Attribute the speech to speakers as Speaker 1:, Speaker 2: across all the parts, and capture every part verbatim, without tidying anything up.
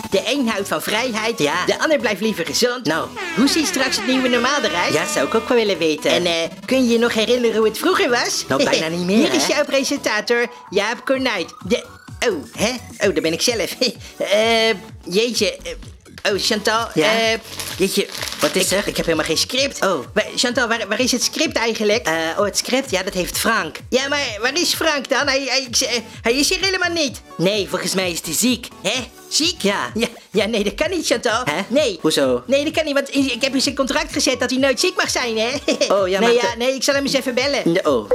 Speaker 1: De een houdt van vrijheid,
Speaker 2: Ja.
Speaker 1: de ander blijft liever gezond.
Speaker 2: Nou.
Speaker 1: Hoe ziet straks het nieuwe normaal eruit?
Speaker 2: Ja, zou ik ook wel willen weten.
Speaker 1: En eh, kun je je nog herinneren hoe het vroeger was?
Speaker 2: Nou, bijna niet meer,
Speaker 1: Hier is
Speaker 2: hè?
Speaker 1: jouw presentator, Jaap Kornuit. De... Oh, hè? Oh, daar ben ik zelf. Eh, jeetje. eh, Oh, Chantal.
Speaker 2: Ja?
Speaker 1: eh,
Speaker 2: Jeetje, wat is
Speaker 1: ik,
Speaker 2: er?
Speaker 1: ik heb helemaal geen script.
Speaker 2: Oh.
Speaker 1: Waar- Chantal, waar, waar is het script eigenlijk?
Speaker 2: Eh, oh, het script? Ja, dat heeft Frank.
Speaker 1: Ja, maar waar is Frank dan? Hij, hij, ik- hij is hier helemaal niet.
Speaker 2: Nee, volgens mij is hij ziek.
Speaker 1: Hè? Ziek?
Speaker 2: Ja.
Speaker 1: ja. Ja, nee, dat kan niet, Chantal.
Speaker 2: Hè?
Speaker 1: Nee.
Speaker 2: Hoezo?
Speaker 1: Nee, dat kan niet, want ik heb in zijn contract gezet dat hij nooit ziek mag zijn, hè?
Speaker 2: Oh, ja, maar
Speaker 1: Nee,
Speaker 2: de-
Speaker 1: ja, nee, ik zal hem eens even bellen.
Speaker 2: Nee, oh.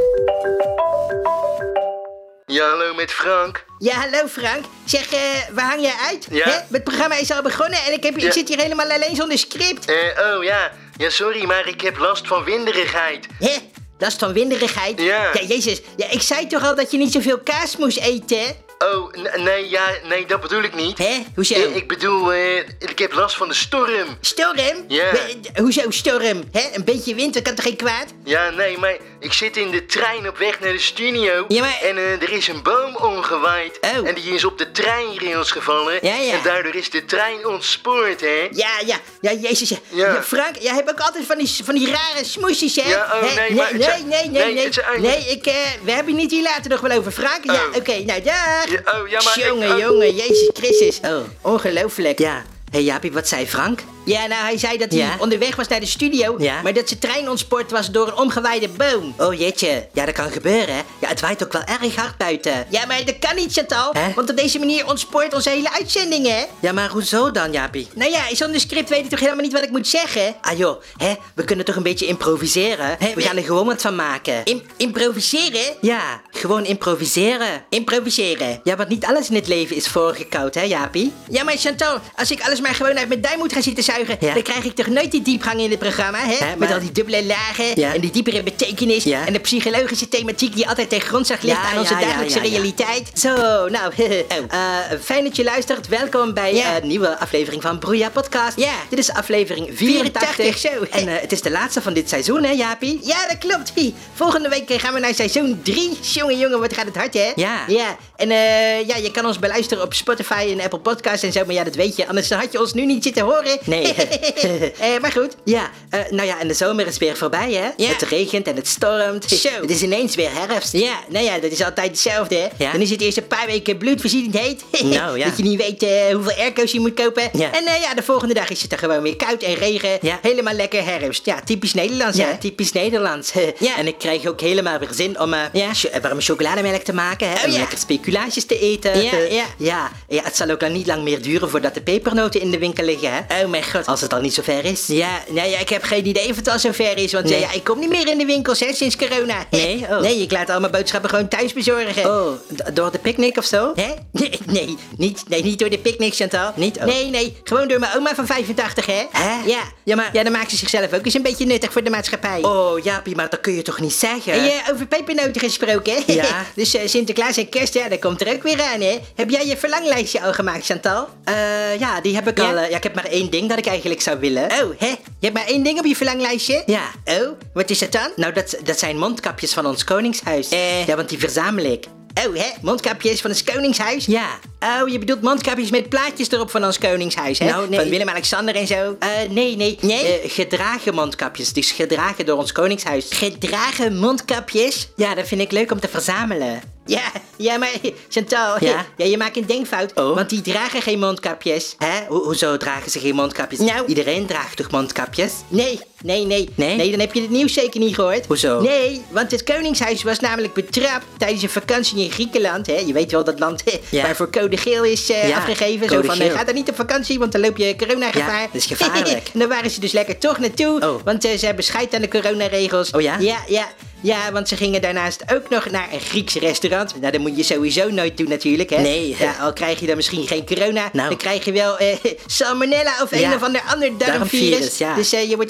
Speaker 3: Ja, hallo met Frank.
Speaker 1: Ja, hallo Frank. Zeg, eh, waar hang jij uit?
Speaker 3: Ja.
Speaker 1: Hè? Het programma is al begonnen en ik, heb, ik
Speaker 3: Ja.
Speaker 1: zit hier helemaal alleen zonder script.
Speaker 3: Eh, oh ja. Ja, sorry, maar ik heb last van winderigheid.
Speaker 1: Hè? Last van winderigheid?
Speaker 3: Ja.
Speaker 1: Ja, jezus. Ja, ik zei toch al dat je niet zoveel kaas moest eten, hè?
Speaker 3: Oh, n- nee, ja, nee, dat bedoel ik niet.
Speaker 1: Hè? Hoezo?
Speaker 3: Eh, ik bedoel, eh, ik heb last van de storm.
Speaker 1: Storm?
Speaker 3: Ja.
Speaker 1: Eh, Hoezo storm? Hè? Een beetje wind, dat kan toch geen kwaad?
Speaker 3: Ja, nee, maar ik zit in de trein op weg naar de studio.
Speaker 1: Ja, maar-
Speaker 3: En eh, er is een boom omgewaaid.
Speaker 1: Oh.
Speaker 3: En die is op de treinrails gevallen.
Speaker 1: Ja, ja.
Speaker 3: En daardoor is de trein ontspoord, hè?
Speaker 1: Ja, ja, ja, jezus. Ja.
Speaker 3: Ja.
Speaker 1: Ja, Frank, jij hebt ook altijd van die, van die rare smoesjes, hè?
Speaker 3: Ja, oh,
Speaker 1: Hè?
Speaker 3: nee,
Speaker 1: nee,
Speaker 3: maar het
Speaker 1: nee,
Speaker 3: zijn-
Speaker 1: nee, nee,
Speaker 3: nee,
Speaker 1: nee,
Speaker 3: het zijn-
Speaker 1: nee, ik, eh, we hebben niet hier later nog wel over, Frank. Ja,
Speaker 3: Oh.
Speaker 1: oké, nou, dag.
Speaker 3: Ja, oh, ja, maar ik-
Speaker 1: Jongen,
Speaker 3: oh.
Speaker 1: jongen, Jezus Christus.
Speaker 2: Oh.
Speaker 1: Ongelooflijk.
Speaker 2: Ja. Hé, hey, Jaapie, wat zei Frank?
Speaker 1: Ja, nou, hij zei dat hij
Speaker 2: Ja?
Speaker 1: onderweg was naar de studio,
Speaker 2: Ja?
Speaker 1: maar dat zijn trein ontspoord was door een omgewaaide boom.
Speaker 2: Oh, jeetje. Ja, dat kan gebeuren, hè? Ja, het waait ook wel erg hard buiten.
Speaker 1: Ja, maar dat kan niet, Chantal,
Speaker 2: Hè?
Speaker 1: want op deze manier ontspoort onze hele uitzending, hè?
Speaker 2: Ja, maar hoezo dan, Jaapie?
Speaker 1: Nou ja, zonder script weet ik toch helemaal niet wat ik moet zeggen?
Speaker 2: Ah joh, hè? We kunnen toch een beetje improviseren?
Speaker 1: Hè,
Speaker 2: We
Speaker 1: we-
Speaker 2: gaan er gewoon wat van maken.
Speaker 1: Im- improviseren?
Speaker 2: Ja, gewoon improviseren.
Speaker 1: Improviseren.
Speaker 2: Ja, want niet alles in het leven is voorgekoud, hè, Jaapie?
Speaker 1: Ja, maar Chantal, als ik alles maar gewoon uit mijn duim moet gaan zitten zuigen,
Speaker 2: Ja.
Speaker 1: dan krijg ik toch nooit die diepgang in het programma, hè?
Speaker 2: Hè,
Speaker 1: Met
Speaker 2: maar-
Speaker 1: al die dubbele lagen
Speaker 2: Ja.
Speaker 1: en die diepere betekenis
Speaker 2: Ja.
Speaker 1: en de psychologische thematiek die altijd ten grondslag ligt
Speaker 2: Ja,
Speaker 1: aan onze
Speaker 2: ja, ja,
Speaker 1: dagelijkse
Speaker 2: ja, ja.
Speaker 1: realiteit.
Speaker 2: Zo, nou, eh, fijn dat je luistert. Welkom bij
Speaker 1: Ja.
Speaker 2: een nieuwe aflevering van Broeia Podcast.
Speaker 1: Ja.
Speaker 2: Dit is aflevering vierentachtig.
Speaker 1: vierentachtig, zo.
Speaker 2: En eh, het is de laatste van dit seizoen, hè, Jaapie?
Speaker 1: Ja, dat klopt. Hi. Volgende week eh, gaan we naar seizoen drie. Jongen, jongen, wat gaat het hard, hè?
Speaker 2: Ja.
Speaker 1: Ja, en eh, ja, je kan ons beluisteren op Spotify en Apple Podcasts en zo, maar ja, dat weet je. Anders had je ons nu niet zitten horen.
Speaker 2: Nee.
Speaker 1: Eh, maar goed.
Speaker 2: Ja, eh, nou ja, en de zomer is weer voorbij, hè?
Speaker 1: Ja.
Speaker 2: Het regent en het stormt.
Speaker 1: Zo.
Speaker 2: Het is ineens weer herfst.
Speaker 1: Ja, nou ja, dat is altijd hetzelfde, hè?
Speaker 2: Ja.
Speaker 1: Dan is het eerst een paar weken bloedverziedend heet.
Speaker 2: Nou, ja.
Speaker 1: Dat je niet weet eh, hoeveel airco's je moet kopen.
Speaker 2: Ja.
Speaker 1: En eh, ja, de volgende dag is het dan gewoon weer koud en regen.
Speaker 2: Ja.
Speaker 1: Helemaal lekker herfst. Ja, typisch Nederlands,
Speaker 2: Ja,
Speaker 1: hè?
Speaker 2: typisch Nederlands.
Speaker 1: Ja.
Speaker 2: En ik krijg ook helemaal weer zin om eh,
Speaker 1: Ja.
Speaker 2: cho- warme chocolademelk te maken, hè?
Speaker 1: Oh,
Speaker 2: en
Speaker 1: ja.
Speaker 2: lekker speculaasjes te eten.
Speaker 1: Ja,
Speaker 2: Eh,
Speaker 1: ja.
Speaker 2: ja. Ja, het zal ook dan niet lang meer duren voordat de pepernoten in de winkel liggen, hè?
Speaker 1: Oh mijn god.
Speaker 2: Als het al niet zo ver is.
Speaker 1: Ja, nou ja, ik heb geen idee of het al zover is, want
Speaker 2: Nee.
Speaker 1: eh, ja, ik kom niet meer in de winkels, hè, sinds corona.
Speaker 2: Nee? Oh.
Speaker 1: Nee, ik laat al mijn boodschappen gewoon thuis bezorgen.
Speaker 2: Oh, d- door de picknick of zo?
Speaker 1: Hè? Nee, nee, niet, nee, niet door de picknick, Chantal.
Speaker 2: Niet? Oh.
Speaker 1: Nee, nee, gewoon door mijn oma van vijfentachtig, hè?
Speaker 2: Hè?
Speaker 1: Ja.
Speaker 2: Ja, maar-
Speaker 1: Ja, dan maakt ze zichzelf ook eens een beetje nuttig voor de maatschappij.
Speaker 2: Oh, Jaapie, maar dat kun je toch niet zeggen?
Speaker 1: En je over pepernoten gesproken, hè?
Speaker 2: Ja.
Speaker 1: Dus eh, Sinterklaas en kerst, ja, dat komt er ook weer aan, hè? Heb jij je verlanglijstje al gemaakt, Chantal?
Speaker 2: Eh, ja, die heb ik
Speaker 1: Ja?
Speaker 2: al. eh, ja, ik heb maar één ding dat ik eigenlijk zou willen.
Speaker 1: Oh, hè? Je hebt maar één ding op je verlanglijstje?
Speaker 2: Ja.
Speaker 1: Oh, wat is dat dan?
Speaker 2: Nou, dat, dat zijn mondkapjes van ons koningshuis.
Speaker 1: Eh.
Speaker 2: Ja, want die verzamel ik.
Speaker 1: Oh, hè? Mondkapjes van het Koningshuis?
Speaker 2: Ja.
Speaker 1: Oh, je bedoelt mondkapjes met plaatjes erop van ons Koningshuis, hè?
Speaker 2: Nou, nee.
Speaker 1: Van Willem-Alexander en zo.
Speaker 2: Eh, nee, nee.
Speaker 1: Nee?
Speaker 2: Eh, gedragen mondkapjes. Dus gedragen door ons koningshuis.
Speaker 1: Gedragen mondkapjes?
Speaker 2: Ja, dat vind ik leuk om te verzamelen.
Speaker 1: Ja, ja, maar Chantal,
Speaker 2: Ja?
Speaker 1: ja, je maakt een denkfout,
Speaker 2: Oh.
Speaker 1: want die dragen geen mondkapjes.
Speaker 2: Hè? Ho- hoezo dragen ze geen mondkapjes?
Speaker 1: Nou.
Speaker 2: Iedereen draagt toch mondkapjes?
Speaker 1: Nee, nee, nee.
Speaker 2: Nee?
Speaker 1: Nee, dan heb je het nieuws zeker niet gehoord.
Speaker 2: Hoezo?
Speaker 1: Nee, want het Koningshuis was namelijk betrapt tijdens een vakantie in Griekenland. Hè? Je weet wel dat land hè,
Speaker 2: Ja.
Speaker 1: waarvoor code geel is eh,
Speaker 2: Ja,
Speaker 1: afgegeven. Zo
Speaker 2: code
Speaker 1: van, eh,
Speaker 2: geel.
Speaker 1: ga dan niet op vakantie, want dan loop je coronagevaar.
Speaker 2: Ja, dat is gevaarlijk.
Speaker 1: En dan waren ze dus lekker toch naartoe,
Speaker 2: Oh.
Speaker 1: want eh, ze hebben scheid aan de coronaregels.
Speaker 2: Oh ja?
Speaker 1: Ja, ja. Ja, want ze gingen daarnaast ook nog naar een Grieks restaurant. Nou, dat moet je sowieso nooit doen natuurlijk, hè?
Speaker 2: Nee.
Speaker 1: Ja, al krijg je dan misschien geen corona,
Speaker 2: Nou.
Speaker 1: dan krijg je wel eh, salmonella of
Speaker 2: Ja,
Speaker 1: een of ander ander darmvirus.
Speaker 2: darmvirus, ja.
Speaker 1: Dus eh, je wordt er sowieso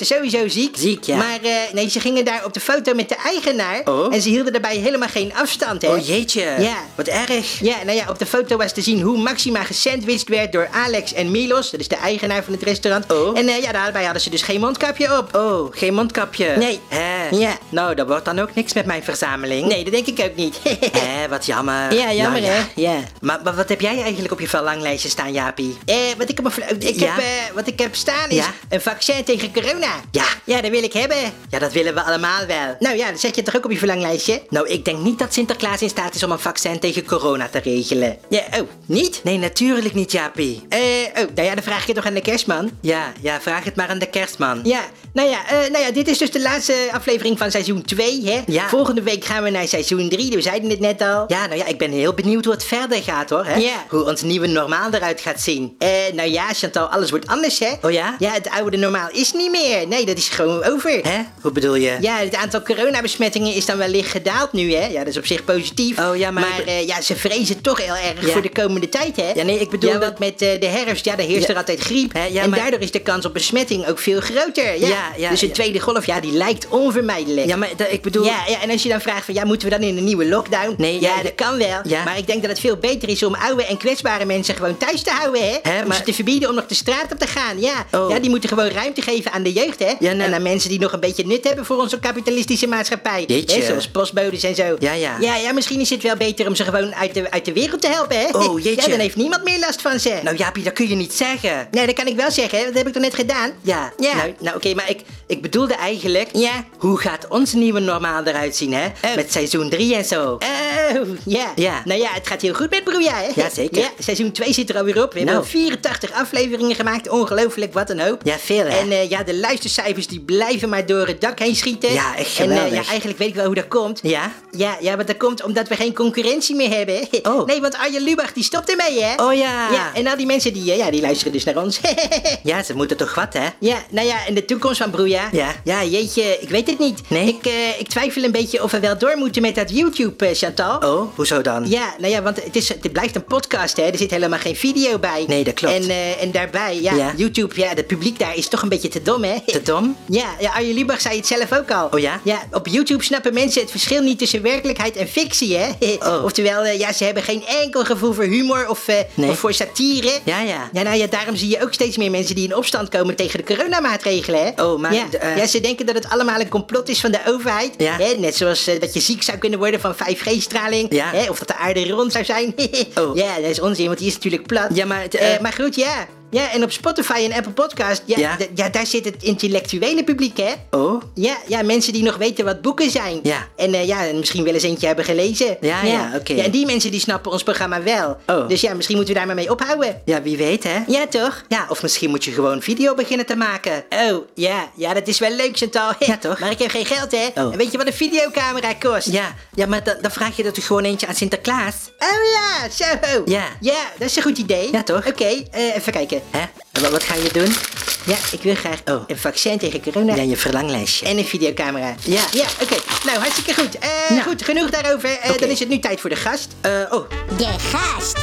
Speaker 1: doodziek.
Speaker 2: Ziek, ja.
Speaker 1: Maar uh, nee, ze gingen daar op de foto met de eigenaar.
Speaker 2: Oh.
Speaker 1: En ze hielden daarbij helemaal geen afstand, hè.
Speaker 2: Oh jeetje,
Speaker 1: Ja.
Speaker 2: wat erg.
Speaker 1: Ja, nou ja, op de foto was te zien hoe Maxima gesandwiched werd door Alex en Milos. Dat is de eigenaar van het restaurant.
Speaker 2: Oh.
Speaker 1: En uh, ja, daarbij hadden ze dus geen mondkapje op.
Speaker 2: Oh, geen mondkapje.
Speaker 1: Nee.
Speaker 2: Hè?
Speaker 1: Ja.
Speaker 2: Nou, dat wordt dan ook niks met mijn verzameling.
Speaker 1: Nee, dat denk ik ook niet.
Speaker 2: Hé, wat jammer.
Speaker 1: Ja, jammer,
Speaker 2: Nou,
Speaker 1: hè? Ja.
Speaker 2: Maar, maar wat heb jij eigenlijk op je verlanglijstje staan, Jaapie?
Speaker 1: Eh, wat ik, op mijn vla- ik
Speaker 2: Ja?
Speaker 1: heb, eh, wat ik heb staan is
Speaker 2: Ja?
Speaker 1: een vaccin tegen corona.
Speaker 2: Ja.
Speaker 1: Ja, dat wil ik hebben.
Speaker 2: Ja, dat willen we allemaal wel.
Speaker 1: Nou ja, dat zet je toch ook op je verlanglijstje?
Speaker 2: Nou, ik denk niet dat Sinterklaas in staat is om een vaccin tegen corona te regelen.
Speaker 1: Ja, oh, niet?
Speaker 2: Nee, natuurlijk niet, Jaapie.
Speaker 1: Eh, oh, nou ja, dan vraag ik het toch aan de kerstman.
Speaker 2: Ja, ja, vraag het maar aan de kerstman.
Speaker 1: Ja, nou ja, eh, nou ja, dit is dus de laatste aflevering van seizoen twee, hè?
Speaker 2: Ja.
Speaker 1: Volgende week gaan we naar seizoen drie, we zeiden het net al.
Speaker 2: Ja, nou ja, ik ben heel benieuwd hoe het verder gaat, hoor. Hè?
Speaker 1: Ja.
Speaker 2: Hoe ons nieuwe normaal eruit gaat zien.
Speaker 1: Eh, nou ja, Chantal, alles wordt anders, hè?
Speaker 2: Oh ja?
Speaker 1: Ja, het oude normaal is niet meer. Nee, dat is gewoon over.
Speaker 2: Hè? Hoe bedoel je?
Speaker 1: Ja, het aantal coronabesmettingen is dan wel licht gedaald nu, hè? Ja, dat is op zich positief.
Speaker 2: Oh ja, maar-
Speaker 1: Maar eh, ja, ze vrezen toch heel erg
Speaker 2: Ja.
Speaker 1: voor de komende tijd, hè?
Speaker 2: Ja, nee, ik bedoel
Speaker 1: Ja,
Speaker 2: dat-
Speaker 1: want met eh, de herfst, ja, daar heerst
Speaker 2: Ja.
Speaker 1: er altijd griep.
Speaker 2: Hè, ja,
Speaker 1: en
Speaker 2: maar-
Speaker 1: daardoor is de kans op besmetting ook veel groter. Ja,
Speaker 2: Ja, ja,
Speaker 1: dus een
Speaker 2: ja.
Speaker 1: tweede golf, ja, die lijkt onvermijdelijk.
Speaker 2: Ja, maar da- ik bedoel...
Speaker 1: Ja, ja, en als je dan vraagt van, ja, moeten we dan in een nieuwe lockdown?
Speaker 2: Nee,
Speaker 1: ja,
Speaker 2: ja,
Speaker 1: dat kan wel.
Speaker 2: ja.
Speaker 1: Maar ik denk dat het veel beter is om oude en kwetsbare mensen gewoon thuis te houden, hè?
Speaker 2: Hè,
Speaker 1: om
Speaker 2: maar-
Speaker 1: ze te verbieden om nog de straat op te gaan, ja.
Speaker 2: Oh.
Speaker 1: Ja, die moeten gewoon ruimte geven aan de jeugd, hè?
Speaker 2: Ja, nou-
Speaker 1: En aan mensen die nog een beetje nut hebben voor onze kapitalistische maatschappij.
Speaker 2: Jeetje.
Speaker 1: Hè, zoals postbodes en zo.
Speaker 2: Ja, ja.
Speaker 1: Ja, ja, misschien is het wel beter om ze gewoon uit de, uit de wereld te helpen, hè?
Speaker 2: Oh, jeetje.
Speaker 1: Ja, dan heeft niemand meer last van ze.
Speaker 2: Nou, Jaapie, dat kun je niet zeggen.
Speaker 1: Nee, dat kan ik wel zeggen, hè? Dat heb ik toch net gedaan?
Speaker 2: Ja,
Speaker 1: Ja.
Speaker 2: nou, nou oké, maar ik, ik bedoelde eigenlijk...
Speaker 1: Ja.
Speaker 2: Hoe gaat ons nieuwe normaal eruit zien, hè?
Speaker 1: Oh.
Speaker 2: Met seizoen drie en zo.
Speaker 1: Oh, ja.
Speaker 2: Ja.
Speaker 1: Nou ja, het gaat heel goed met Broeja, hè?
Speaker 2: Ja, zeker.
Speaker 1: Ja, seizoen twee zit er alweer op. We hebben
Speaker 2: Nou.
Speaker 1: al vierentachtig afleveringen gemaakt. Ongelooflijk, wat een hoop.
Speaker 2: Ja, veel, hè?
Speaker 1: En eh, ja, de luistercijfers die blijven maar door het dak heen schieten.
Speaker 2: Ja, echt
Speaker 1: En eh,
Speaker 2: geweldig.
Speaker 1: ja, eigenlijk weet ik wel hoe dat komt.
Speaker 2: Ja?
Speaker 1: Ja, ja, want dat komt omdat we geen concurrentie meer hebben.
Speaker 2: Oh.
Speaker 1: Nee, want Arjen Lubach die stopt ermee, hè?
Speaker 2: Oh ja.
Speaker 1: Ja, en al die mensen die, eh, ja, die luisteren dus naar ons.
Speaker 2: Ja, ze moeten toch wat, hè?
Speaker 1: Ja, nou ja, en de toekomst van Broeja?
Speaker 2: Ja.
Speaker 1: Ja, jeetje, ik weet het niet.
Speaker 2: Nee?
Speaker 1: Ik, eh, ik twijfel een beetje of we wel door moeten met dat YouTube, eh, Chantal.
Speaker 2: Oh, hoezo dan?
Speaker 1: Ja, nou ja, want het, is, het blijft een podcast, hè. Er zit helemaal geen video bij.
Speaker 2: Nee, dat klopt.
Speaker 1: En, eh, en daarbij, ja,
Speaker 2: Ja.
Speaker 1: YouTube, ja, het publiek daar is toch een beetje te dom, hè.
Speaker 2: Te dom?
Speaker 1: Ja, ja, Arjen Lubach zei het zelf ook al.
Speaker 2: Oh ja?
Speaker 1: Ja, op YouTube snappen mensen het verschil niet tussen werkelijkheid en fictie, hè.
Speaker 2: Oh.
Speaker 1: Oftewel, eh, ja, ze hebben geen enkel gevoel voor humor of, eh,
Speaker 2: Nee.
Speaker 1: of voor satire.
Speaker 2: Ja, ja.
Speaker 1: Ja, nou ja, daarom zie je ook steeds meer mensen die in opstand komen tegen de coronamaatregelen, hè?
Speaker 2: Oh, maar
Speaker 1: Ja,
Speaker 2: de, eh,
Speaker 1: ja, ze denken dat het allemaal een complot is van de overheid.
Speaker 2: Ja.
Speaker 1: Hè? Net zoals eh, dat je ziek zou kunnen worden van vijf G-straling.
Speaker 2: Ja.
Speaker 1: Hè? Of dat de aarde rond zou zijn.
Speaker 2: Oh.
Speaker 1: Ja, dat is onzin, want die is natuurlijk plat.
Speaker 2: Ja, maar het,
Speaker 1: Eh,
Speaker 2: eh,
Speaker 1: maar goed, ja. Ja, en op Spotify en Apple Podcast, ja,
Speaker 2: Ja.
Speaker 1: d- ja, daar zit het intellectuele publiek, hè?
Speaker 2: Oh?
Speaker 1: Ja, ja, mensen die nog weten wat boeken zijn.
Speaker 2: Ja.
Speaker 1: En eh, ja, en misschien wel eens eentje hebben gelezen.
Speaker 2: Ja, ja, oké.
Speaker 1: Ja, en die mensen die snappen ons programma wel.
Speaker 2: Oh.
Speaker 1: Dus ja, misschien moeten we daar maar mee ophouden.
Speaker 2: Ja, wie weet, hè?
Speaker 1: Ja, toch?
Speaker 2: Ja, of misschien moet je gewoon video beginnen te maken.
Speaker 1: Oh, ja, ja, dat is wel leuk, Chantal.
Speaker 2: Ja, toch?
Speaker 1: Maar ik heb geen geld, hè?
Speaker 2: Oh.
Speaker 1: En weet je wat een videocamera kost?
Speaker 2: Ja, ja, maar dan, dan vraag je dat toch gewoon eentje aan Sinterklaas?
Speaker 1: Oh ja, zo.
Speaker 2: Ja.
Speaker 1: Ja, dat is een goed idee.
Speaker 2: Ja, toch?
Speaker 1: Oké, eh, even kijken.
Speaker 2: Hè? En wat, wat ga je doen?
Speaker 1: Ja, ik wil graag
Speaker 2: Oh.
Speaker 1: een vaccin tegen corona.
Speaker 2: Ja, je verlanglijstje.
Speaker 1: En een videocamera.
Speaker 2: Ja.
Speaker 1: Ja, oké. Nou, hartstikke goed. Eh,
Speaker 2: Ja.
Speaker 1: Goed, genoeg daarover. Eh,
Speaker 2: Oké.
Speaker 1: Dan is het nu tijd voor de gast.
Speaker 2: Eh, oh,
Speaker 4: De gast.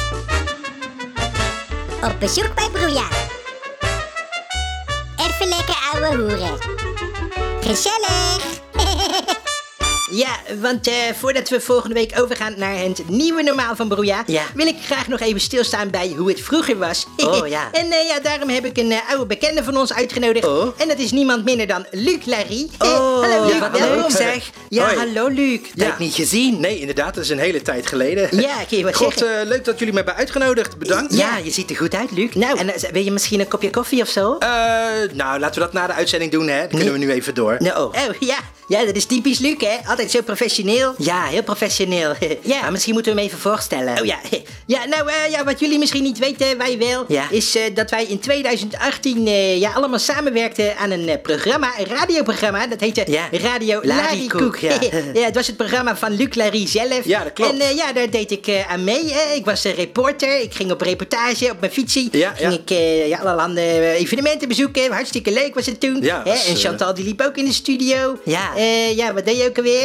Speaker 4: Op bezoek bij Broeja. Even lekker ouwe hoeren. Gezellig.
Speaker 1: Ja, want eh, voordat we volgende week overgaan naar het nieuwe normaal van Broeja...
Speaker 2: Ja.
Speaker 1: wil ik graag nog even stilstaan bij hoe het vroeger was.
Speaker 2: Oh, ja.
Speaker 1: En eh, ja, daarom heb ik een eh, oude bekende van ons uitgenodigd.
Speaker 2: Oh.
Speaker 1: En dat is niemand minder dan Luc Larry.
Speaker 2: oh,
Speaker 1: Hallo Luc,
Speaker 2: wat
Speaker 1: welkom.
Speaker 2: leuk zeg. Ja,
Speaker 5: Hoi.
Speaker 2: hallo Luc. Dat
Speaker 5: Ja.
Speaker 2: heb ik niet gezien.
Speaker 5: Nee, inderdaad, dat is een hele tijd geleden.
Speaker 1: Ja, kun je wat
Speaker 5: God,
Speaker 1: zeggen?
Speaker 5: eh, leuk dat jullie me hebben uitgenodigd. Bedankt.
Speaker 2: Ja, je ziet er goed uit, Luc.
Speaker 1: Nou.
Speaker 2: En eh, wil je misschien een kopje koffie of zo?
Speaker 5: Eh, nou, laten we dat na de uitzending doen, hè. Dan kunnen we nu even door.
Speaker 2: Nee, oh.
Speaker 1: Oh, ja. Ja, dat is typisch Luc, hè? Altijd zo professioneel.
Speaker 2: Ja, heel professioneel.
Speaker 1: Ja.
Speaker 2: Maar misschien moeten we hem even voorstellen.
Speaker 1: Oh ja, ja nou eh, ja, wat jullie misschien niet weten, wij wel,
Speaker 2: Ja.
Speaker 1: is eh, dat wij in twintig achttien eh, ja, allemaal samenwerkten aan een eh, programma, een radioprogramma, dat heette
Speaker 2: Ja.
Speaker 1: Radio
Speaker 2: Larrykoek,
Speaker 1: Larrykoek.
Speaker 2: ja.
Speaker 1: Ja, het was het programma van Luc Larry zelf.
Speaker 5: Ja, dat klopt.
Speaker 1: En eh, ja, daar deed ik eh, aan mee. eh. Ik was een reporter, ik ging op reportage op mijn fietsie.
Speaker 5: Ja,
Speaker 1: ging
Speaker 5: ja.
Speaker 1: ik eh, ja, allerhande eh, evenementen bezoeken, hartstikke leuk was het toen.
Speaker 5: Ja,
Speaker 1: Hè,
Speaker 5: was,
Speaker 1: en
Speaker 5: eh,
Speaker 1: Chantal die liep ook in de studio.
Speaker 2: Ja.
Speaker 1: Eh, ja, wat deed je ook alweer?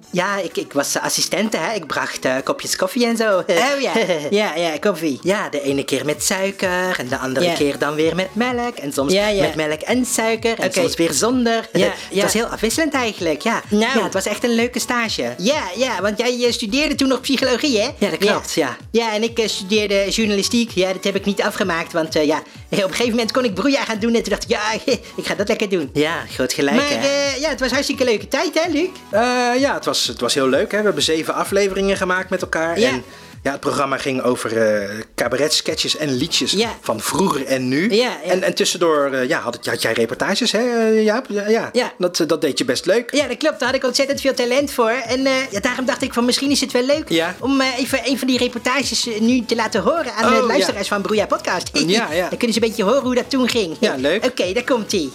Speaker 2: Ja, ik, ik was assistente, hè. Ik bracht uh, kopjes koffie en zo.
Speaker 1: Oh ja, ja, ja, koffie.
Speaker 2: Ja, de ene keer met suiker en de andere
Speaker 1: Ja.
Speaker 2: keer dan weer met melk. En soms
Speaker 1: Ja, ja.
Speaker 2: met melk en suiker en
Speaker 1: Oké.
Speaker 2: soms weer zonder.
Speaker 1: Ja,
Speaker 2: Het
Speaker 1: ja.
Speaker 2: was heel afwisselend eigenlijk, ja.
Speaker 1: Nou.
Speaker 2: Ja, het was echt een leuke stage.
Speaker 1: Ja, ja, want jij eh, studeerde toen nog psychologie, hè?
Speaker 2: Ja, dat klopt, ja.
Speaker 1: Ja, en ik eh, studeerde journalistiek. Ja, dat heb ik niet afgemaakt, want uh, ja, op een gegeven moment kon ik broeia gaan doen. En toen dacht ik, ja, ik ga dat lekker doen.
Speaker 2: Ja, groot gelijk,
Speaker 1: Maar
Speaker 2: hè.
Speaker 1: uh, ja, het was hartstikke leuke tijd, hè, Luc?
Speaker 5: Uh, ja, het was, het was heel leuk. Hè? We hebben zeven afleveringen gemaakt met elkaar.
Speaker 1: Ja.
Speaker 5: En ja, het programma ging over uh, cabaret, sketches en liedjes
Speaker 1: Ja.
Speaker 5: van vroeger en nu.
Speaker 1: Ja, ja.
Speaker 5: En, en tussendoor uh, ja, had, het- had jij reportages, hè, uh, Jaap? Ja, ja.
Speaker 1: Ja.
Speaker 5: Dat, uh, dat deed je best leuk.
Speaker 1: Ja, dat klopt. Daar had ik ontzettend veel talent voor. En uh, ja, daarom dacht ik van misschien is het wel leuk
Speaker 5: Ja.
Speaker 1: om uh, even een van die reportages uh, nu te laten horen aan de
Speaker 5: Oh,
Speaker 1: luisteraars van Broeia Podcast.
Speaker 5: Ja, ja.
Speaker 1: Dan kunnen ze een beetje horen hoe dat toen ging.
Speaker 5: Ja, leuk.
Speaker 1: Oké, daar komt ie.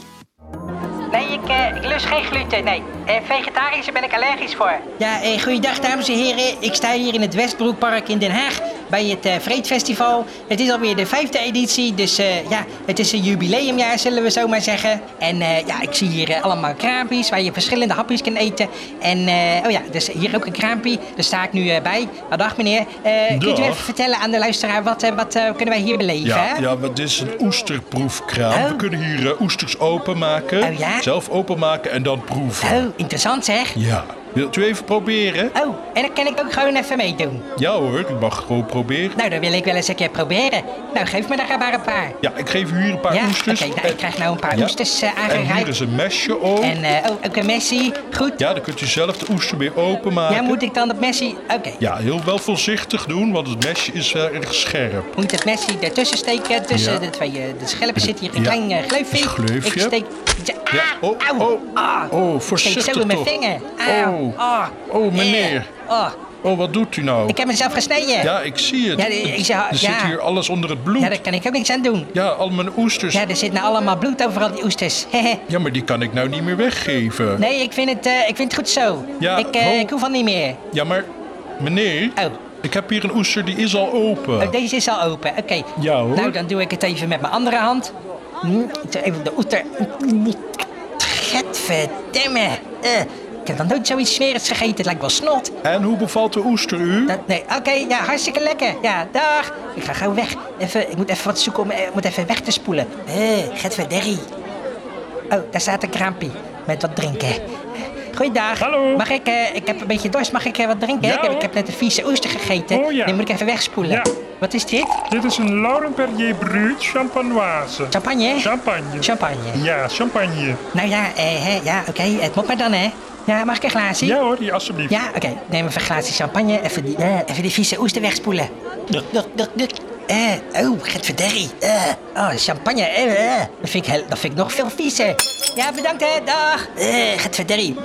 Speaker 2: Nee, ik, uh, ik lust geen gluten, nee. Uh, vegetarisch ben ik allergisch voor.
Speaker 1: Ja, eh, goeiedag dames en heren. Ik sta hier in het Westbroekpark in Den Haag bij het uh, Vreedfestival. Het is alweer de vijfde editie, dus uh, ja, het is een jubileumjaar zullen we zo maar zeggen. En uh, ja, ik zie hier uh, allemaal kraampjes waar je verschillende hapjes kan eten. En uh, oh ja, dus hier ook een kraampje, daar sta ik nu uh, bij. Nou, dag meneer. Uh, kunt u
Speaker 6: Dag.
Speaker 1: even vertellen aan de luisteraar, wat, uh, wat uh, kunnen wij hier beleven?
Speaker 6: Ja,
Speaker 1: hè?
Speaker 6: ja, wat is een oesterproefkraam.
Speaker 1: Oh.
Speaker 6: We kunnen hier uh, oesters openmaken.
Speaker 1: Oh, ja?
Speaker 6: Zelf openmaken en dan proeven.
Speaker 1: Oh, interessant zeg.
Speaker 6: Ja. Wilt u even proberen?
Speaker 1: Oh, en dan kan ik ook gewoon even meedoen.
Speaker 6: Ja hoor, u mag gewoon proberen.
Speaker 1: Nou, dan wil ik wel eens een keer proberen. Nou, geef me daar maar een paar.
Speaker 6: Ja, ik geef u hier een paar
Speaker 1: Ja, oké,
Speaker 6: oesters.
Speaker 1: nou, ik
Speaker 6: En-
Speaker 1: krijg nou een paar
Speaker 6: Ja.
Speaker 1: oesters uh,
Speaker 6: En hier
Speaker 1: aangereikt.
Speaker 6: is een mesje ook.
Speaker 1: En uh, oh, ook een messie. Goed.
Speaker 6: Ja, dan kunt u zelf de oester weer openmaken.
Speaker 1: Ja, moet ik dan dat messie... Oké.
Speaker 6: Ja, heel wel voorzichtig doen, want het mesje is wel erg scherp.
Speaker 1: Moet het messie ertussen steken. Tussen
Speaker 6: Ja.
Speaker 1: de twee uh, de schelpen zit hier een
Speaker 6: Ja.
Speaker 1: klein uh, gleufje.
Speaker 6: Een gleufje.
Speaker 1: Ik steek... Ah,
Speaker 6: Ja, oh,
Speaker 1: auw,
Speaker 6: oh,
Speaker 1: ah.
Speaker 6: oh,
Speaker 1: Ik
Speaker 6: voorzichtig
Speaker 1: steek zo in mijn
Speaker 6: toch.
Speaker 1: vinger. Auw,
Speaker 6: Oh,
Speaker 1: ah,
Speaker 6: oh, meneer.
Speaker 1: eh, oh.
Speaker 6: Oh, wat doet u nou?
Speaker 1: Ik heb mezelf gesneden.
Speaker 6: Ja, ik zie het.
Speaker 1: Ja, ik zeg-
Speaker 6: er
Speaker 1: ja.
Speaker 6: zit hier alles onder het bloed.
Speaker 1: Ja, daar kan ik ook niks aan doen.
Speaker 6: Ja, al mijn oesters.
Speaker 1: Ja, er zit nou allemaal bloed overal die oesters. Hehe.
Speaker 6: Ja, maar die kan ik nou niet meer weggeven.
Speaker 1: Nee, ik vind het, uh, ik vind het goed zo.
Speaker 6: Ja,
Speaker 1: ik, uh,
Speaker 6: oh.
Speaker 1: ik hoef al niet meer.
Speaker 6: Ja, maar meneer,
Speaker 1: Oh.
Speaker 6: ik heb hier een oester die is al open.
Speaker 1: Oh, deze is al open. Oké.
Speaker 6: Ja, hoor.
Speaker 1: Nou, dan doe ik het even met mijn andere hand. Hm, even de oester. Gadverdamme. Uh, ik heb nog nooit zoiets smerigs gegeten. Het lijkt wel snot.
Speaker 6: En hoe bevalt de oester u?
Speaker 1: Dat, nee, oké, ja, hartstikke lekker. Ja, dag. Ik ga gauw weg. Even, ik moet even wat zoeken om eh, ik moet even weg te spoelen. Eh, gadverderrie. Oh, daar staat een kraampie met wat drinken. Goeiedag.
Speaker 7: Hallo.
Speaker 1: Mag ik, uh, ik heb een beetje dorst, mag ik uh, wat drinken?
Speaker 7: Ja,
Speaker 1: ik, heb, ik
Speaker 7: hoor.
Speaker 1: heb net een vieze oester gegeten.
Speaker 7: Oh, ja.
Speaker 1: Die moet ik even wegspoelen.
Speaker 7: Ja.
Speaker 1: Wat is dit?
Speaker 7: Dit is een Laurent Perrier Brut champanoise.
Speaker 1: Champagne?
Speaker 7: Champagne.
Speaker 1: Champagne.
Speaker 7: Ja, champagne.
Speaker 1: Nou ja, eh, hè, ja, oké, het moet maar dan, hè. Ja, mag ik een glaasje?
Speaker 7: Ja hoor, ja, alsjeblieft.
Speaker 1: Ja, oké. Neem even een glaasje champagne. Even die, eh, even die vieze oester wegspoelen. Duk, duk, duk, duk. Eh, oh, gadverderrie. Eh, oh, champagne. Eh, eh. Dat, vind ik heel, dat vind ik nog veel viezer. Ja, bedankt, hè. Dag. Eh, gadverderrie.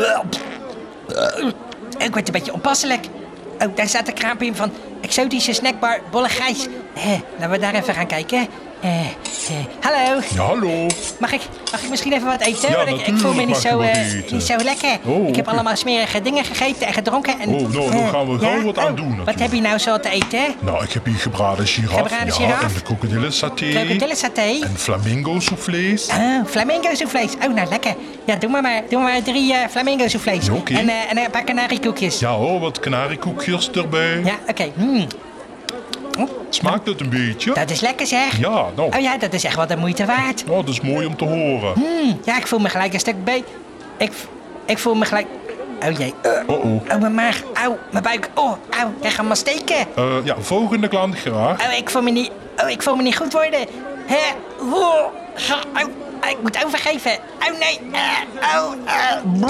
Speaker 1: Ik word een beetje onpasselijk. Oh, daar staat een kraampje in van exotische snackbar Bolle Gijs. Eh, laten we daar even gaan kijken. Eh, eh, hallo.
Speaker 6: Ja, hallo.
Speaker 1: Mag ik, mag ik misschien even wat eten?
Speaker 6: Ja,
Speaker 1: Want ik, ik voel me
Speaker 6: natuurlijk
Speaker 1: niet
Speaker 6: mag je
Speaker 1: zo,
Speaker 6: wat
Speaker 1: eh,
Speaker 6: eten.
Speaker 1: niet zo lekker.
Speaker 6: Oh,
Speaker 1: ik heb
Speaker 6: oké.
Speaker 1: allemaal smerige dingen gegeten en gedronken. En,
Speaker 6: Oh, nou, dan
Speaker 1: eh,
Speaker 6: gaan we gauw wat aan doen,
Speaker 1: Wat
Speaker 6: natuurlijk.
Speaker 1: heb je nou zo te eten?
Speaker 6: Nou, ik heb hier gebraden giraf.
Speaker 1: Gebraden
Speaker 6: ja,
Speaker 1: giraf?
Speaker 6: en de krokodillensaté.
Speaker 1: Krokodillensaté?
Speaker 6: En flamingo soufflés.
Speaker 1: Ah, flamingo soufflés. Oh, nou lekker. Ja, doe maar maar. Doe maar drie uh, flamingo soufflés.
Speaker 6: Ja, oké.
Speaker 1: En, uh, en een paar kanariekoekjes.
Speaker 6: Ja hoor, wat kanariekoekjes erbij.
Speaker 1: Ja, oké. Hmm,
Speaker 6: Smaakt het een beetje?
Speaker 1: dat is lekker zeg.
Speaker 6: Ja, nou.
Speaker 1: Oh ja, dat is echt wel de moeite waard.
Speaker 6: Oh, dat is mooi om te horen.
Speaker 1: Hmm, ja, ik voel me gelijk een stuk beter. Ik, ik voel me gelijk... Oh jee. Uh,
Speaker 6: Oh oh.
Speaker 1: oh, mijn maag. Auw, mijn buik. Oh, auw. Ik ga maar steken.
Speaker 6: Eh, ja, volgende klant graag.
Speaker 1: Oh, ik voel me niet, oh, ik voel me niet goed worden. Hè? Oh, oh, ik moet overgeven. Oh nee. Uh, oh, uh.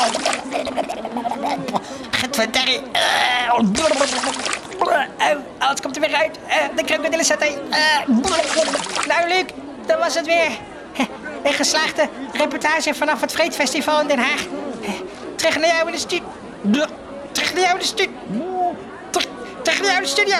Speaker 1: Gadverdarrie. Uh, oh, alles komt er weer uit. Uh, de krokodillensaté. Uh, nou, Luc, dat was het weer. Een geslaagde reportage vanaf het Vreedfestival in Den Haag. Terug naar jou in de studio. Terug naar jou in de studio. Terug, terug naar voor jou in de studio.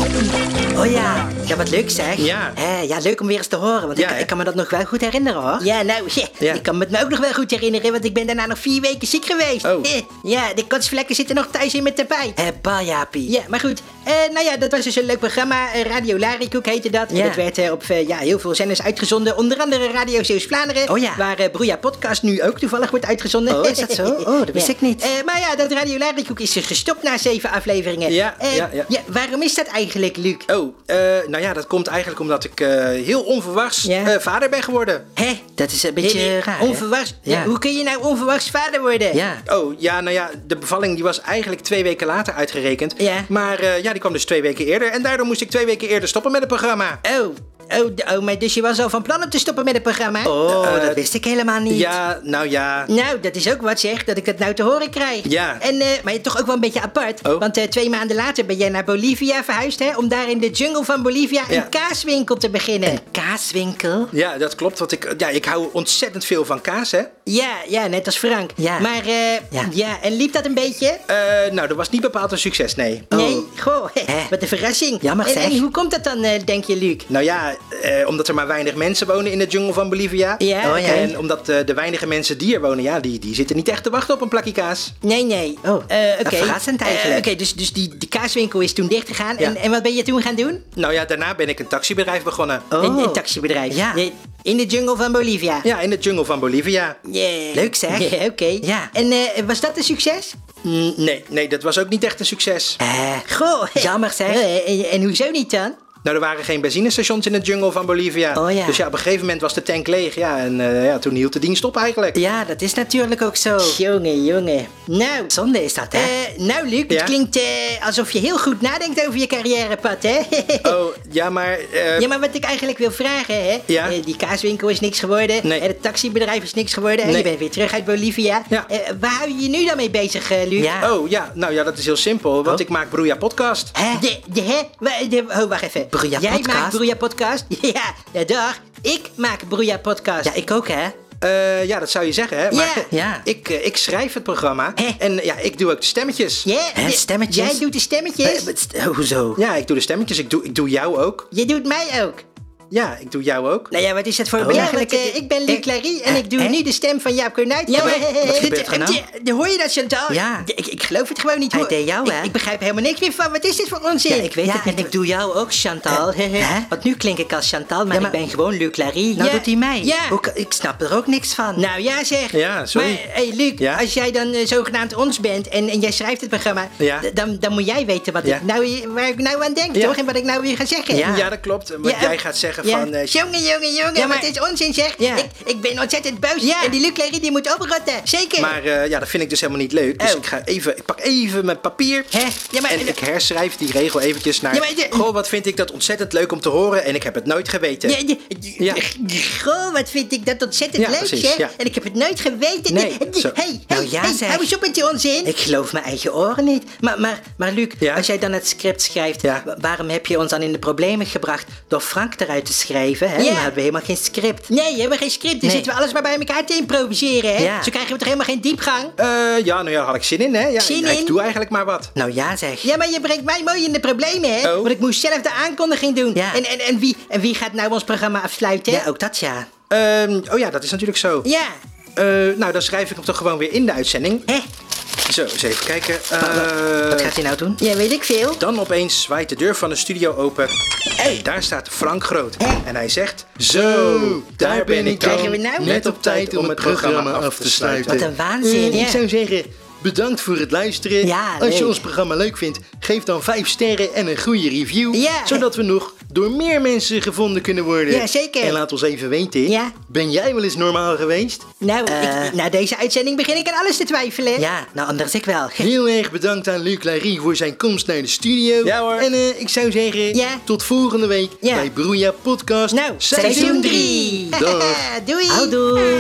Speaker 8: Oh ja, ja, wat leuk zeg.
Speaker 5: Ja.
Speaker 8: Hé, ja, leuk om weer eens te horen, want
Speaker 5: Ja,
Speaker 8: ik,
Speaker 5: hè?
Speaker 8: ik kan me dat nog wel goed herinneren hoor.
Speaker 1: Ja, nou, ja,
Speaker 5: Ja.
Speaker 1: ik kan me het me ook nog wel goed herinneren, want ik ben daarna nog vier weken ziek geweest.
Speaker 5: Oh.
Speaker 1: Eh, ja, de kotsvlekken zitten nog thuis in me erbij.
Speaker 8: Hé, bah Jaapie.
Speaker 1: Ja, maar goed. Eh, nou ja, dat was dus een leuk programma. Eh, Radio Larikoek heette dat. En
Speaker 8: Ja.
Speaker 1: dat werd eh, op eh, ja, heel veel zenders uitgezonden. Onder andere Radio Zeeuws-Vlaanderen.
Speaker 8: Oh ja.
Speaker 1: Waar eh Broeia Podcast nu ook toevallig wordt uitgezonden.
Speaker 8: Oh, is dat zo? Oh, dat wist
Speaker 1: Ja.
Speaker 8: ik niet.
Speaker 1: Eh, maar ja, dat Radio Larikoek is er gestopt na zeven afleveringen.
Speaker 5: Ja,
Speaker 1: Eh,
Speaker 5: ja, ja.
Speaker 1: waarom is dat eigenlijk, Luc?
Speaker 5: Oh, eh, nou ja, dat komt eigenlijk omdat ik eh, heel onverwachts
Speaker 1: Ja.
Speaker 5: eh, vader ben geworden.
Speaker 1: Hè?
Speaker 8: Dat is een beetje
Speaker 1: Eh,
Speaker 8: raar, hè?
Speaker 1: Onverwachts?
Speaker 8: Ja.
Speaker 1: Ja, hoe kun je nou onverwachts vader worden?
Speaker 8: Ja.
Speaker 5: Oh, ja, nou ja, de bevalling die was eigenlijk twee weken later uitgerekend.
Speaker 1: Ja.
Speaker 5: Maar eh, ja, die kwam dus twee weken eerder. En daardoor moest ik twee weken eerder stoppen met het programma.
Speaker 1: Oh. Oh, d- oh, maar dus je was al van plan om te stoppen met het programma?
Speaker 8: Oh,
Speaker 5: Eh,
Speaker 8: dat wist ik helemaal niet.
Speaker 5: Ja, nou ja.
Speaker 1: Nou, dat is ook wat zeg, dat ik dat nou te horen krijg.
Speaker 5: Ja.
Speaker 1: En, eh, maar toch ook wel een beetje apart.
Speaker 5: Oh.
Speaker 1: Want eh, twee maanden later ben jij naar Bolivia verhuisd, hè? Om daar in de jungle van Bolivia
Speaker 5: Ja.
Speaker 1: een kaaswinkel te beginnen.
Speaker 8: Een kaaswinkel?
Speaker 5: Ja, dat klopt. Want ik, ja, ik hou ontzettend veel van kaas, hè.
Speaker 1: Ja, ja, net als Frank.
Speaker 8: Ja.
Speaker 1: Maar, eh,
Speaker 8: Ja.
Speaker 1: ja. en liep dat een beetje?
Speaker 5: Eh, nou, dat was niet bepaald een succes, nee.
Speaker 1: Nee? Goh,
Speaker 8: Hè?
Speaker 1: wat een verrassing.
Speaker 8: Jammer,
Speaker 1: en,
Speaker 8: zeg.
Speaker 1: en hoe komt dat dan, eh, denk je, Luc?
Speaker 5: Nou ja, eh, omdat er maar weinig mensen wonen in de jungle van Bolivia.
Speaker 1: Ja,
Speaker 8: Oh, ja.
Speaker 5: En omdat eh, de weinige mensen die er wonen, ja, die, die zitten niet echt te wachten op een plakje kaas.
Speaker 1: Nee, nee.
Speaker 8: Oh,
Speaker 1: Eh, oké.
Speaker 8: verrassend
Speaker 1: Eh,
Speaker 8: eigenlijk.
Speaker 1: Oké, dus, dus die, die kaaswinkel is toen dicht gegaan.
Speaker 5: Ja.
Speaker 1: En, en wat ben je toen gaan doen?
Speaker 5: Nou ja, daarna ben ik een taxibedrijf begonnen.
Speaker 8: Oh.
Speaker 1: Een, een taxibedrijf.
Speaker 8: Ja.
Speaker 1: Eh, In de jungle van Bolivia.
Speaker 5: Ja, in de jungle van Bolivia.
Speaker 1: Yeah.
Speaker 8: Leuk, zeg.
Speaker 1: Ja, oké.
Speaker 8: Ja.
Speaker 1: En eh, was dat een succes?
Speaker 5: Mm, nee, nee, dat was ook niet echt een succes.
Speaker 8: Eh,
Speaker 1: Goh.
Speaker 8: Jammer, zeg.
Speaker 1: Eh, en, en hoezo niet dan?
Speaker 5: Nou, er waren geen benzinestations in de jungle van Bolivia.
Speaker 8: Oh, ja.
Speaker 5: Dus ja, op een gegeven moment was de tank leeg. Ja, en eh, ja, toen hield de dienst op eigenlijk.
Speaker 8: ja, dat is natuurlijk ook zo.
Speaker 1: Jongen, jongen. Nou,
Speaker 8: Zonde is dat, hè?
Speaker 1: eh, nou Luc,
Speaker 5: Ja?
Speaker 1: het klinkt eh, alsof je heel goed nadenkt over je carrièrepad, hè?
Speaker 5: Oh, ja, maar... eh,
Speaker 1: Ja, maar wat ik eigenlijk wil vragen, hè?
Speaker 5: Ja?
Speaker 1: Eh, die kaaswinkel is niks geworden.
Speaker 5: Nee.
Speaker 1: En het taxibedrijf is niks geworden. En
Speaker 5: Nee.
Speaker 1: je bent weer terug uit Bolivia.
Speaker 5: Ja.
Speaker 1: Eh, waar hou je je nu dan mee bezig, eh, Luc?
Speaker 8: Ja.
Speaker 5: Oh, ja, nou ja, dat is heel simpel. Want
Speaker 8: Oh.
Speaker 5: ik maak Broeia Podcast.
Speaker 8: Hè?
Speaker 1: De, de, hè? Wa- de, oh, wacht even.
Speaker 8: Broeia
Speaker 1: Jij
Speaker 8: Podcast?
Speaker 1: maakt Broeia Podcast? Ja, ja, dag. Ik maak Broeia Podcast.
Speaker 8: Ja, ik ook, hè?
Speaker 5: Eh, ja, dat zou je zeggen, hè. Maar
Speaker 1: Ja.
Speaker 8: Ja.
Speaker 5: ik, eh, ik schrijf het programma.
Speaker 1: Hè?
Speaker 5: En ja, ik doe ook de stemmetjes.
Speaker 1: Ja,
Speaker 8: Hè,
Speaker 1: de-
Speaker 8: stemmetjes?
Speaker 1: Jij doet de stemmetjes.
Speaker 8: Eh, wat st- hoezo?
Speaker 5: Ja, ik doe de stemmetjes. Ik doe, ik doe jou ook.
Speaker 1: Je doet mij ook.
Speaker 5: Ja, ik doe jou ook.
Speaker 1: Nou ja, wat is dat voor
Speaker 8: Oh,
Speaker 1: belachelijk?
Speaker 8: ja,
Speaker 1: Eh,
Speaker 8: want,
Speaker 1: ik ben Luc
Speaker 8: eh,
Speaker 1: Larry en ik doe
Speaker 8: hè?
Speaker 1: nu de stem van Jaap Kornuit.
Speaker 8: Ja, maar wat
Speaker 1: dit-
Speaker 8: gebeurt er nou?
Speaker 1: dit- dit- Hoor je dat, Chantal?
Speaker 8: Ja.
Speaker 1: Ik, ik geloof het gewoon niet.
Speaker 8: Hij
Speaker 1: hoor.
Speaker 8: deed jou,
Speaker 1: ik,
Speaker 8: hè?
Speaker 1: ik begrijp helemaal niks meer van. Wat is dit voor onzin?
Speaker 8: Ja, ik weet
Speaker 1: Ja,
Speaker 8: het niet. En ik doe jou ook, Chantal.
Speaker 1: Eh, hè?
Speaker 8: Want nu klink ik als Chantal, maar,
Speaker 1: Ja, maar-
Speaker 8: ik ben gewoon Luc Larry. Nou
Speaker 1: Ja,
Speaker 8: doet hij mij.
Speaker 1: ja.
Speaker 8: Ook, ik snap er ook niks van.
Speaker 1: Nou ja, zeg.
Speaker 5: Ja, sorry.
Speaker 1: Maar, hey, Luc,
Speaker 5: Ja?
Speaker 1: als jij dan eh, zogenaamd ons bent en, en jij schrijft het programma,
Speaker 5: Ja.
Speaker 1: d- dan, dan moet jij weten wat
Speaker 5: Ja.
Speaker 1: ik nou, waar ik nou aan denk,
Speaker 5: Ja.
Speaker 1: toch? En wat ik nou weer ga zeggen.
Speaker 8: Ja.
Speaker 5: Ja, dat klopt. Want
Speaker 1: Ja,
Speaker 5: jij
Speaker 1: ook-
Speaker 5: gaat zeggen
Speaker 1: Ja.
Speaker 5: van... eh,
Speaker 1: jongen, jongen, jongen,
Speaker 8: Ja, maar-
Speaker 1: wat is onzin, zeg.
Speaker 8: Ja.
Speaker 1: Ik, ik ben ontzettend boos.
Speaker 8: Ja.
Speaker 1: En die Luc Larry die moet oprotten. Zeker.
Speaker 5: Maar eh, ja, dat vind ik dus helemaal niet leuk. Dus
Speaker 1: Oh.
Speaker 5: ik ga even, ik pak even mijn papier.
Speaker 1: Hè? Ja, maar-
Speaker 5: en ik herschrijf die regel eventjes naar...
Speaker 1: Ja, maar de-
Speaker 5: Goh, wat vind ik dat ontzettend leuk om te horen en ik heb het nooit geweten.
Speaker 1: Ja, ja,
Speaker 5: Ja.
Speaker 1: Goh, wat vind ik dat ontzettend
Speaker 5: Ja,
Speaker 1: leuk,
Speaker 5: precies,
Speaker 1: zeg.
Speaker 5: ja.
Speaker 1: En ik heb het nooit geweten.
Speaker 5: Nee,
Speaker 1: Hey,
Speaker 5: zo.
Speaker 1: hey,
Speaker 8: Nou
Speaker 1: hey,
Speaker 8: ja,
Speaker 1: hey,
Speaker 8: zeg.
Speaker 1: hou eens op met die onzin.
Speaker 8: Ik geloof mijn eigen oren niet. Maar, maar, maar Luc,
Speaker 5: Ja?
Speaker 8: als jij dan het script schrijft,
Speaker 5: Ja.
Speaker 8: wa- waarom heb je ons dan in de problemen gebracht door Frank eruit te schrijven? Hè?
Speaker 1: Ja.
Speaker 8: Dan hadden we helemaal geen script.
Speaker 1: Nee, we hebben geen script. Dan
Speaker 8: Nee.
Speaker 1: zitten we alles maar bij elkaar te improviseren, hè.
Speaker 8: Ja.
Speaker 1: Zo krijgen we toch helemaal geen diepgang.
Speaker 5: Eh, ja, nou ja, daar had ik zin in, hè. Ja,
Speaker 1: Zin
Speaker 5: ja,
Speaker 1: in?
Speaker 5: Ik doe eigenlijk maar wat.
Speaker 8: Nou ja, zeg.
Speaker 1: Ja, maar je brengt mij mooi in de problemen, hè.
Speaker 5: Oh.
Speaker 1: Want ik moest zelf de aankondiging doen.
Speaker 8: Ja.
Speaker 1: En, en, en, wie, en wie gaat nou ons programma afsluiten?
Speaker 8: Ja, ook dat ja.
Speaker 5: Ehm, oh ja, dat is natuurlijk zo.
Speaker 1: Ja.
Speaker 5: Eh, nou, dan schrijf ik hem toch gewoon weer in de uitzending.
Speaker 1: Hè?
Speaker 5: Zo, eens even kijken.
Speaker 8: Wat
Speaker 5: Eh,
Speaker 8: gaat hij nou doen?
Speaker 1: Ja, weet ik veel.
Speaker 5: Dan opeens zwaait de deur van de studio open. En daar staat Frank Groot.
Speaker 1: Hè?
Speaker 5: En hij zegt... Zo, daar ben ik
Speaker 1: Krijgen
Speaker 5: dan.
Speaker 1: we nou?
Speaker 5: Net op tijd om het programma af te sluiten.
Speaker 8: Wat een waanzin.
Speaker 1: Ja.
Speaker 5: Ik zou zeggen, bedankt voor het luisteren.
Speaker 8: Ja,
Speaker 5: Als je
Speaker 8: leuk.
Speaker 5: ons programma leuk vindt, geef dan vijf sterren en een goede review.
Speaker 1: Ja.
Speaker 5: Zodat we nog door meer mensen gevonden kunnen worden.
Speaker 1: Ja, zeker.
Speaker 5: En laat ons even weten.
Speaker 1: Ja.
Speaker 5: Ben jij wel eens normaal geweest?
Speaker 1: Nou,
Speaker 8: Eh.
Speaker 1: ik, na deze uitzending begin ik aan alles te twijfelen.
Speaker 8: Ja, nou anders ik wel.
Speaker 5: Heel erg bedankt aan Luc Larry voor zijn komst naar de studio.
Speaker 8: Ja, hoor.
Speaker 5: En eh, ik zou zeggen,
Speaker 1: Ja.
Speaker 5: tot volgende week
Speaker 1: Ja.
Speaker 5: bij Broeia Podcast
Speaker 1: Nou, seizoen drie.
Speaker 5: Dag.
Speaker 1: Doei.
Speaker 8: Houdoe.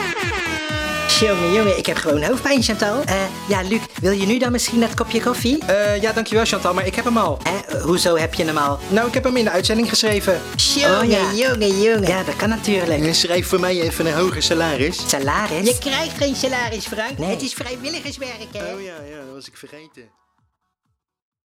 Speaker 1: Jongen, jongen, ik heb gewoon hoofdpijn, Chantal.
Speaker 8: Eh, ja, Luc, wil je nu dan misschien dat kopje koffie?
Speaker 5: Eh, ja, dankjewel Chantal, maar ik heb hem al.
Speaker 8: Eh, hoezo heb je hem al?
Speaker 5: Nou, ik heb hem in de uitzending geschreven.
Speaker 1: Jongen,
Speaker 8: Oh, ja.
Speaker 1: jongen, jongen.
Speaker 8: Ja, dat kan natuurlijk.
Speaker 5: En schrijf voor mij even een hoger salaris.
Speaker 8: Salaris?
Speaker 1: Je krijgt geen salaris, Frank.
Speaker 8: Nee.
Speaker 1: Het is vrijwilligerswerk, hè.
Speaker 5: Oh ja, ja, dat was ik vergeten.